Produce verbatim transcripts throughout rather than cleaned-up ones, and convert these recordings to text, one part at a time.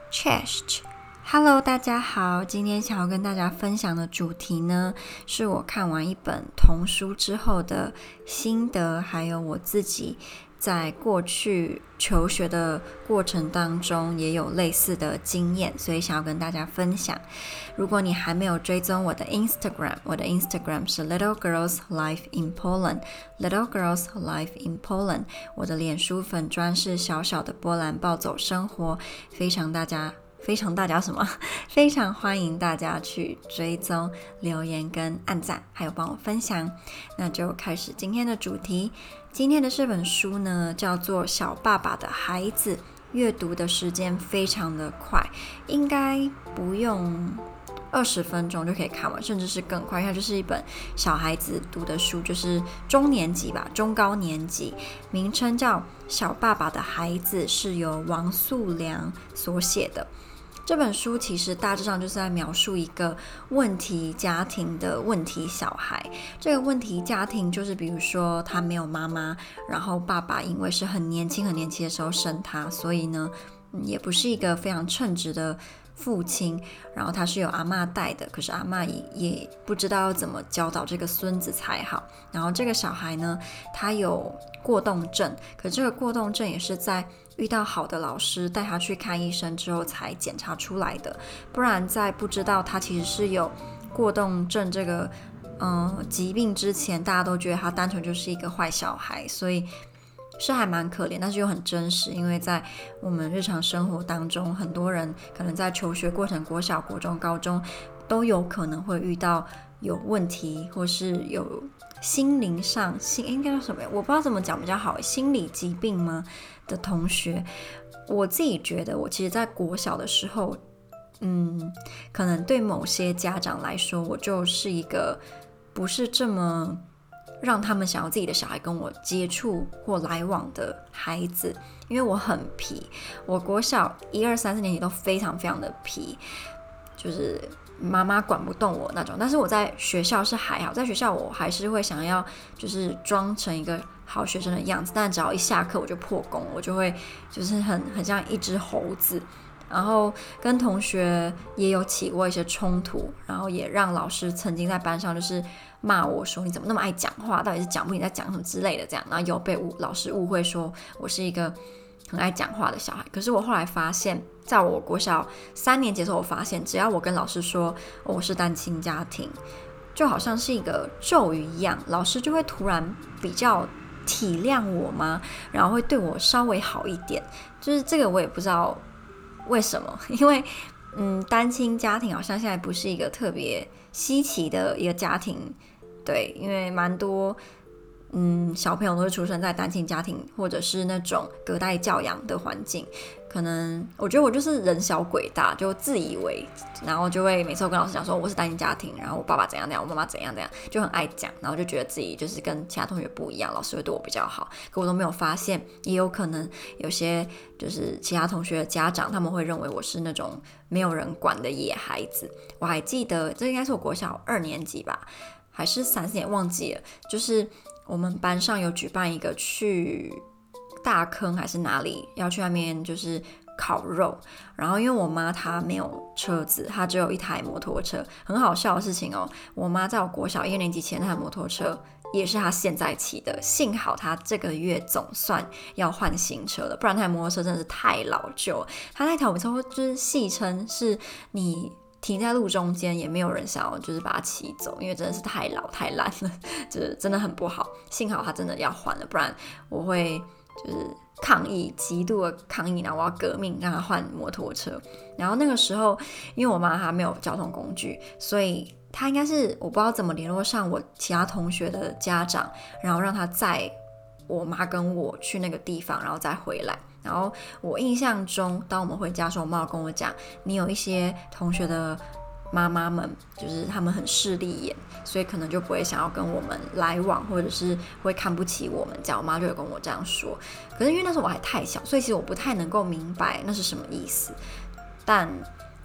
chest。Hello， 大家好，今天想要跟大家分享的主题呢，是我看完一本童书之后的心得，还有我自己在过去求学的过程当中也有类似的经验，所以想要跟大家分享。如果你还没有追踪我的 Instagram， 我的 Instagram 是 Little Girls Life in Poland Little Girls Life in Poland， 我的脸书粉专是小小的波兰暴走生活，非常大家非常大家什么？非常欢迎大家去追踪、留言跟按赞，还有帮我分享。那就开始今天的主题。今天的这本书呢，叫做《小爸爸的孩子》，阅读的时间非常的快，应该不用二十分钟就可以看完，甚至是更快。它就是一本小孩子读的书，就是中年级吧，中高年级，名称叫《小爸爸的孩子》，是由王素良所写的。这本书其实大致上就是在描述一个问题家庭的问题小孩。这个问题家庭就是比如说他没有妈妈，然后爸爸因为是很年轻很年轻的时候生他，所以呢、嗯、也不是一个非常称职的父亲，然后他是有阿嬷带的，可是阿嬷 也, 也不知道要怎么教导这个孙子才好。然后这个小孩呢，他有过动症，可这个过动症也是在遇到好的老师带他去看医生之后才检查出来的，不然在不知道他其实是有过动症这个嗯疾病之前，大家都觉得他单纯就是一个坏小孩，所以是还蛮可怜，但是又很真实。因为在我们日常生活当中，很多人可能在求学过程，国小、国中、高中都有可能会遇到有问题，或是有心灵上心应该叫什么，我不知道怎么讲比较好，心理疾病吗的同学。我自己觉得我其实在国小的时候，嗯，可能对某些家长来说，我就是一个不是这么让他们想要自己的小孩跟我接触或来往的孩子，因为我很皮，我国小一二三四年级都非常非常的皮，就是妈妈管不动我那种。但是我在学校是还好，在学校我还是会想要就是装成一个好学生的样子，但只要一下课我就破功，我就会就是很很像一只猴子。然后跟同学也有起过一些冲突，然后也让老师曾经在班上就是骂我说你怎么那么爱讲话，到底是讲不你在讲什么之类的这样，然后有被老师误会说我是一个很爱讲话的小孩。可是我后来发现，在我国小三年级的时候，我发现只要我跟老师说、哦、我是单亲家庭，就好像是一个咒语一样，老师就会突然比较体谅我吗，然后会对我稍微好一点。就是这个我也不知道为什么，因为嗯，单亲家庭好像现在不是一个特别稀奇的一个家庭，对，因为蛮多嗯小朋友都是出生在单亲家庭，或者是那种隔代教养的环境。可能我觉得我就是人小鬼大，就自以为，然后就会每次都跟老师讲说我是单亲家庭，然后我爸爸怎样怎样，我妈妈怎样怎样，就很爱讲，然后就觉得自己就是跟其他同学不一样，老师会对我比较好。可我都没有发现，也有可能有些就是其他同学的家长，他们会认为我是那种没有人管的野孩子。我还记得这应该是我国小二年级吧，还是三四年忘记了，就是我们班上有举办一个去大坑还是哪里要去那边就是烤肉，然后因为我妈她没有车子，她只有一台摩托车。很好笑的事情哦，我妈在我国小一年级前那台摩托车也是她现在骑的，幸好她这个月总算要换新车了，不然那台摩托车真的是太老旧了。她那台摩托车就是戏称是你停在路中间也没有人想要就是把它骑走，因为真的是太老太烂了，就是真的很不好。幸好他真的要换了，不然我会就是抗议，极度的抗议，然后我要革命让他换摩托车。然后那个时候因为我妈她没有交通工具，所以她应该是我不知道怎么联络上我其他同学的家长，然后让他载我妈跟我去那个地方，然后再回来。然后我印象中当我们回家的时候，我妈跟我讲，你有一些同学的妈妈们就是他们很势利眼，所以可能就不会想要跟我们来往，或者是会看不起我们这样。我妈就有跟我这样说，可是因为那时候我还太小，所以其实我不太能够明白那是什么意思。但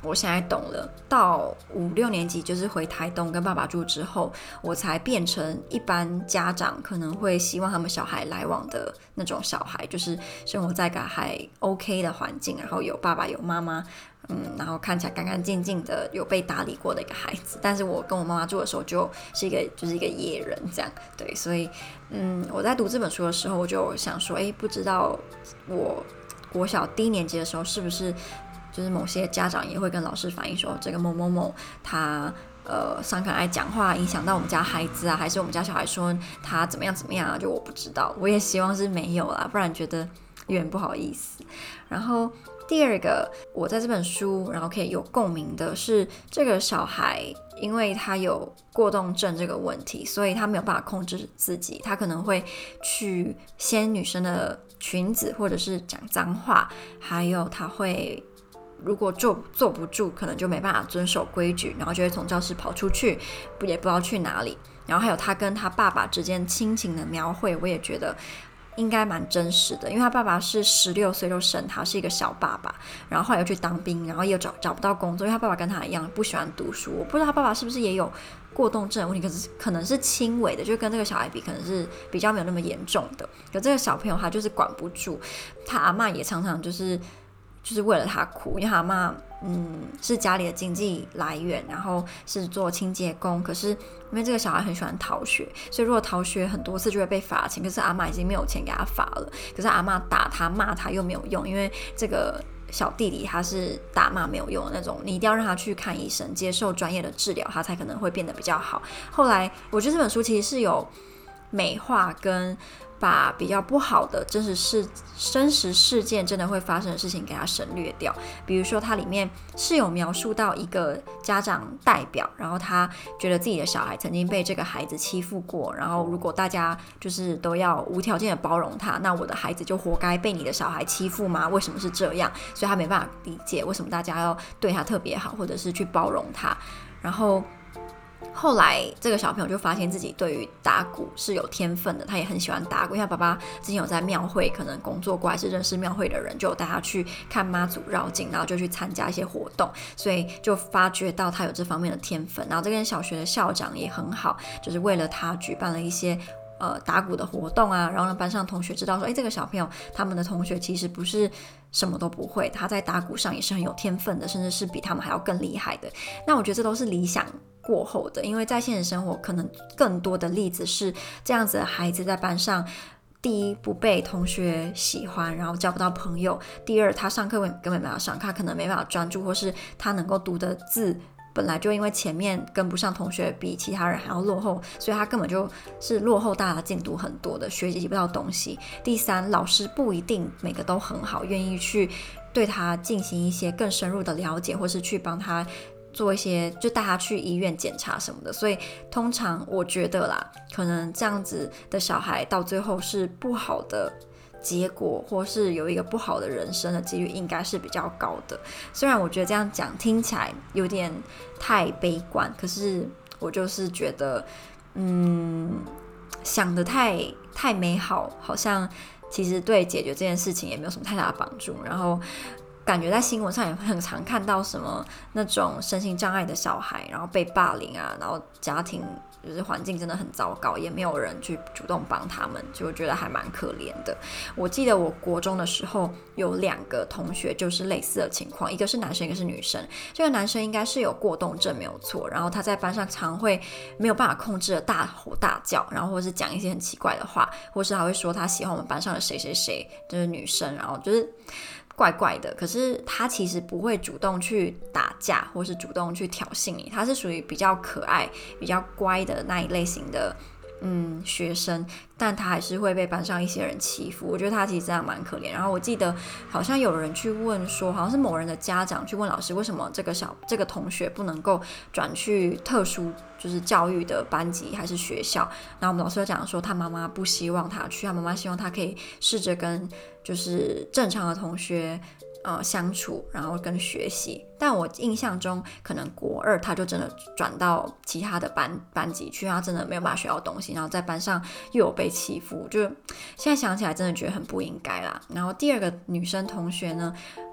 我现在懂了，到五六年级就是回台东跟爸爸住之后，我才变成一般家长可能会希望他们小孩来往的那种小孩，就是生活在个还 OK 的环境，然后有爸爸有妈妈，嗯，然后看起来干干净净的，有被打理过的一个孩子。但是我跟我妈妈住的时候，就是一个就是一个野人这样，对，所以嗯，我在读这本书的时候，我就想说，哎，不知道我国小低年级的时候是不是就是某些家长也会跟老师反映说，这个某某某他呃上课爱讲话，影响到我们家孩子啊，还是我们家小孩说他怎么样怎么样啊？就我不知道，我也希望是没有啦，不然觉得有点不好意思。然后第二个，我在这本书然后可以有共鸣的是，这个小孩因为他有过动症这个问题，所以他没有办法控制自己，他可能会去掀女生的裙子，或者是讲脏话，还有他会如果坐坐不住，可能就没办法遵守规矩，然后就会从教室跑出去，也不知道去哪里。然后还有他跟他爸爸之间亲情的描绘，我也觉得应该蛮真实的，因为他爸爸是十六岁就生他，是一个小爸爸，然后后来又去当兵，然后又找找不到工作，因为他爸爸跟他一样不喜欢读书。我不知道他爸爸是不是也有过动症的问题，可是可能是轻微的，就跟这个小孩比，可能是比较没有那么严重的。可这个小朋友他就是管不住，他阿嬷也常常就是就是为了他哭，因为他阿嬷嗯是家里的经济来源，然后是做清洁工，可是因为这个小孩很喜欢逃学，所以如果逃学很多次就会被罚钱，可是阿嬷已经没有钱给他罚了，可是阿嬷打他骂他又没有用，因为这个小弟弟他是打骂没有用的那种，你一定要让他去看医生，接受专业的治疗，他才可能会变得比较好。后来我觉得这本书其实是有美化跟把比较不好的真实事真实事件真的会发生的事情给它省略掉。比如说它里面是有描述到一个家长代表，然后他觉得自己的小孩曾经被这个孩子欺负过，然后如果大家就是都要无条件的包容他，那我的孩子就活该被你的小孩欺负吗？为什么是这样？所以他没办法理解为什么大家要对他特别好，或者是去包容他。然后后来这个小朋友就发现自己对于打鼓是有天分的，他也很喜欢打鼓，因为他爸爸之前有在庙会可能工作过，还是认识庙会的人，就有带他去看妈祖绕境，然后就去参加一些活动，所以就发觉到他有这方面的天分。然后这间小学的校长也很好，就是为了他举办了一些呃打鼓的活动啊，然后让班上同学知道说，哎，这个小朋友他们的同学其实不是什么都不会，他在打鼓上也是很有天分的，甚至是比他们还要更厉害的。那我觉得这都是理想过后的，因为在现实生活可能更多的例子是这样子的孩子在班上，第一不被同学喜欢，然后交不到朋友；第二他上课根本没办法上，他可能没办法专注，或是他能够读的字本来就因为前面跟不上同学，比其他人还要落后，所以他根本就是落后大家进度很多的，学习不到东西。第三，老师不一定每个都很好，愿意去对他进行一些更深入的了解，或是去帮他做一些，就带他去医院检查什么的。所以通常我觉得啦，可能这样子的小孩到最后是不好的结果，或是有一个不好的人生的几率应该是比较高的。虽然我觉得这样讲听起来有点太悲观，可是我就是觉得嗯想得太太美好，好像其实对解决这件事情也没有什么太大的帮助。然后感觉在新闻上也很常看到什么那种身心障碍的小孩，然后被霸凌啊，然后家庭就是环境真的很糟糕，也没有人去主动帮他们，就我觉得还蛮可怜的。我记得我国中的时候有两个同学就是类似的情况，一个是男生，一个是女生。这个男生应该是有过动症没有错，然后他在班上常会没有办法控制的大吼大叫，然后或是讲一些很奇怪的话，或是还会说他喜欢我们班上的谁谁谁，就是女生，然后就是怪怪的。可是他其实不会主动去打架或是主动去挑衅你，他是属于比较可爱比较乖的那一类型的嗯学生，但他还是会被班上一些人欺负。我觉得他其实这样蛮可怜。然后我记得好像有人去问说，好像是某人的家长去问老师，为什么这个小这个同学不能够转去特殊就是教育的班级还是学校。然后我们老师就讲说，他妈妈不希望他去，他妈妈希望他可以试着跟就是正常的同学呃相处，然后跟学习。但我印象中可能国二他就真的转到其他的班班级去，他真的没有办法学到东西，然后在班上又有被欺负，就现在想起来真的觉得很不应该啦。然后第二个女生同学呢，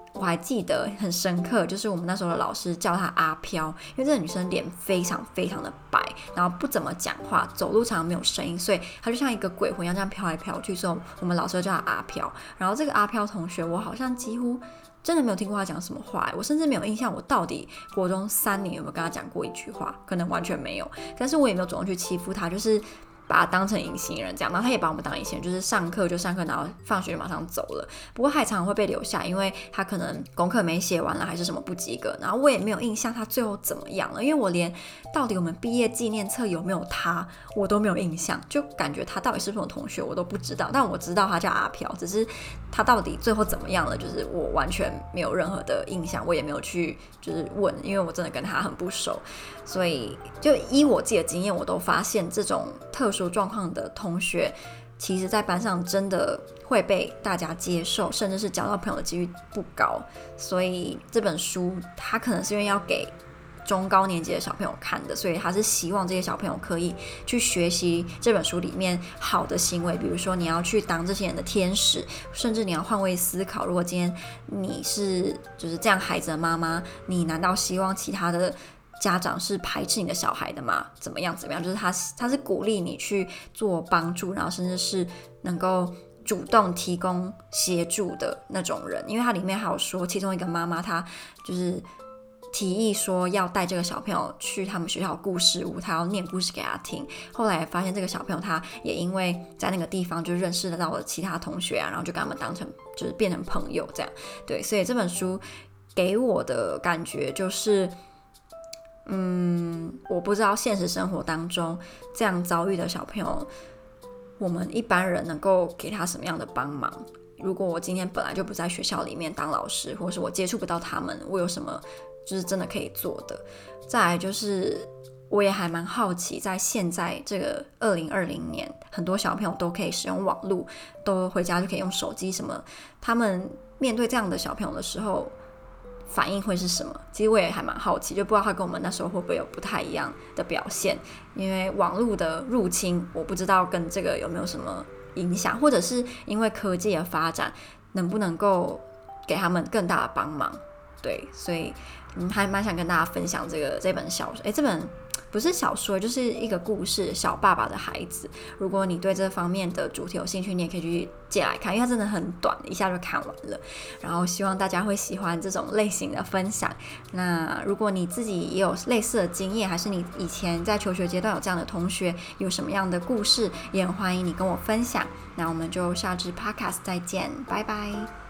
我还记得很深刻，就是我们那时候的老师叫她阿飘，因为这个女生脸非常非常的白，然后不怎么讲话，走路常常没有声音，所以她就像一个鬼魂一样这样飘来飘去，所以我们老师就叫她阿飘。然后这个阿飘同学，我好像几乎真的没有听过她讲什么话，我甚至没有印象我到底国中三年有没有跟她讲过一句话，可能完全没有。但是我也没有主动去欺负她，就是把他当成隐形人这样，然后他也把我们当隐形人，就是上课就上课，然后放学就马上走了。不过他也常常会被留下，因为他可能功课没写完了，还是什么不及格。然后我也没有印象他最后怎么样了，因为我连到底我们毕业纪念册有没有他，我都没有印象，就感觉他到底是不是我同学我都不知道。但我知道他叫阿飘，只是他到底最后怎么样了，就是我完全没有任何的印象，我也没有去就是问，因为我真的跟他很不熟。所以就依我自己的经验，我都发现这种特殊状况的同学，其实在班上真的会被大家接受，甚至是交到朋友的几率不高。所以这本书它可能是因为要给中高年级的小朋友看的，所以他是希望这些小朋友可以去学习这本书里面好的行为，比如说你要去当这些人的天使，甚至你要换位思考，如果今天你是就是这样孩子的妈妈，你难道希望其他的家长是排斥你的小孩的吗？怎么样怎么样，就是他他是鼓励你去做帮助，然后甚至是能够主动提供协助的那种人。因为他里面还有说，其中一个妈妈她就是提议说要带这个小朋友去他们学校的故事屋，他要念故事给他听。后来发现这个小朋友他也因为在那个地方就认识得到了其他同学啊，然后就跟他们当成就是变成朋友这样。对，所以这本书给我的感觉就是嗯，我不知道现实生活当中这样遭遇的小朋友，我们一般人能够给他什么样的帮忙。如果我今天本来就不在学校里面当老师，或是我接触不到他们，我有什么就是真的可以做的。再来就是我也还蛮好奇，在现在这个二零二零年，很多小朋友都可以使用网络，都回家就可以用手机什么，他们面对这样的小朋友的时候反应会是什么？其实我也还蛮好奇，就不知道他跟我们那时候会不会有不太一样的表现。因为网络的入侵，我不知道跟这个有没有什么影响，或者是因为科技的发展，能不能够给他们更大的帮忙？对，所以嗯，还蛮想跟大家分享这个这本小说。诶，这本不是小说，就是一个故事，小爸爸的孩子。如果你对这方面的主题有兴趣，你也可以去借来看，因为它真的很短，一下就看完了。然后希望大家会喜欢这种类型的分享。那如果你自己也有类似的经验，还是你以前在求学阶段有这样的同学，有什么样的故事，也很欢迎你跟我分享。那我们就下支 podcast 再见，拜拜。